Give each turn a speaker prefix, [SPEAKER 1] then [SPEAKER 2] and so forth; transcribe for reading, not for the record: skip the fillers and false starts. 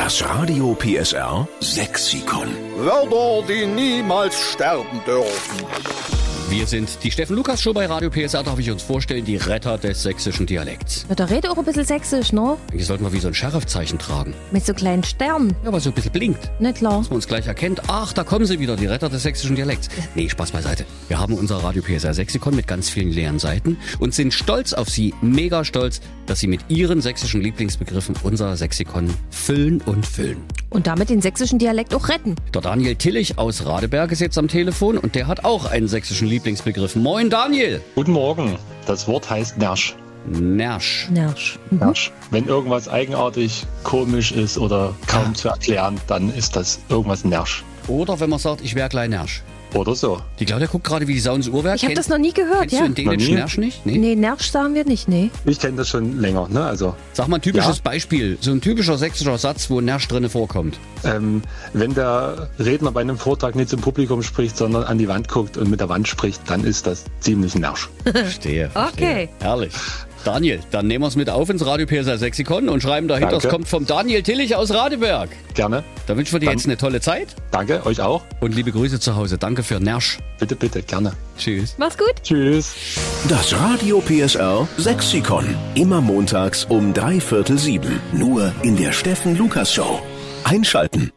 [SPEAKER 1] Das Radio PSR Sexikon.
[SPEAKER 2] Wörter, die niemals sterben dürfen.
[SPEAKER 3] Wir sind die Steffen-Lukas-Show bei Radio PSR, darf ich uns vorstellen, die Retter des sächsischen Dialekts.
[SPEAKER 4] Ja, da redet auch ein bisschen sächsisch, ne?
[SPEAKER 3] Hier sollten wir wie so ein Sheriffzeichen tragen.
[SPEAKER 4] Mit so kleinen Sternen.
[SPEAKER 3] Ja, weil so ein bisschen blinkt.
[SPEAKER 4] Nicht klar.
[SPEAKER 3] Dass man uns gleich erkennt, ach, da kommen sie wieder, die Retter des sächsischen Dialekts. Nee, Spaß beiseite. Wir haben unser Radio PSR Sexikon mit ganz vielen leeren Seiten und sind stolz auf Sie, mega stolz, dass Sie mit Ihren sächsischen Lieblingsbegriffen unser Sexikon füllen und füllen.
[SPEAKER 4] Und damit den sächsischen Dialekt auch retten.
[SPEAKER 3] Der Daniel Tillich aus Radeberg ist jetzt am Telefon und der hat auch einen sächsischen Lieblingsbegriff. Moin Daniel!
[SPEAKER 5] Guten Morgen. Das Wort heißt Nersch.
[SPEAKER 3] Nersch.
[SPEAKER 4] Nersch.
[SPEAKER 5] Nersch. Wenn irgendwas eigenartig, komisch ist oder kaum zu erklären, dann ist das irgendwas Nersch.
[SPEAKER 3] Oder wenn man sagt, ich wär klein Nersch.
[SPEAKER 5] Oder so.
[SPEAKER 3] Die Claudia guckt gerade wie die Sau ins Uhrwerk.
[SPEAKER 4] Ich habe das noch nie gehört,
[SPEAKER 3] Kennst
[SPEAKER 4] ja.
[SPEAKER 3] du in Dänisch
[SPEAKER 5] Noch nie?
[SPEAKER 3] Nersch nicht? Nee.
[SPEAKER 4] Nee, Nersch sagen wir nicht, nee.
[SPEAKER 5] Ich kenne das schon länger, ne? Also,
[SPEAKER 3] Sag mal ein typisches
[SPEAKER 5] Ja.
[SPEAKER 3] Beispiel, so ein typischer sächsischer Satz, wo Nersch drinne vorkommt.
[SPEAKER 5] wenn der Redner bei einem Vortrag nicht zum Publikum spricht, sondern an die Wand guckt und mit der Wand spricht, dann ist das ziemlich Nersch.
[SPEAKER 3] Verstehe.
[SPEAKER 4] Okay.
[SPEAKER 3] Herrlich. Daniel, dann nehmen wir es mit auf ins Radio PSR Sexikon und schreiben dahinter,
[SPEAKER 5] Danke.
[SPEAKER 3] es kommt vom Daniel Tillich aus Radeberg.
[SPEAKER 5] Gerne.
[SPEAKER 3] Da wünschen wir dir
[SPEAKER 5] Dann-
[SPEAKER 3] jetzt eine tolle Zeit
[SPEAKER 5] Danke, euch auch.
[SPEAKER 3] und liebe Grüße zu Hause. Danke für Nersch.
[SPEAKER 5] Bitte, bitte, gerne.
[SPEAKER 3] Tschüss.
[SPEAKER 4] Mach's gut.
[SPEAKER 5] Tschüss.
[SPEAKER 1] Das Radio PSR Sexikon. Immer montags um 6:45. Nur in der Steffen-Lukas-Show. Einschalten.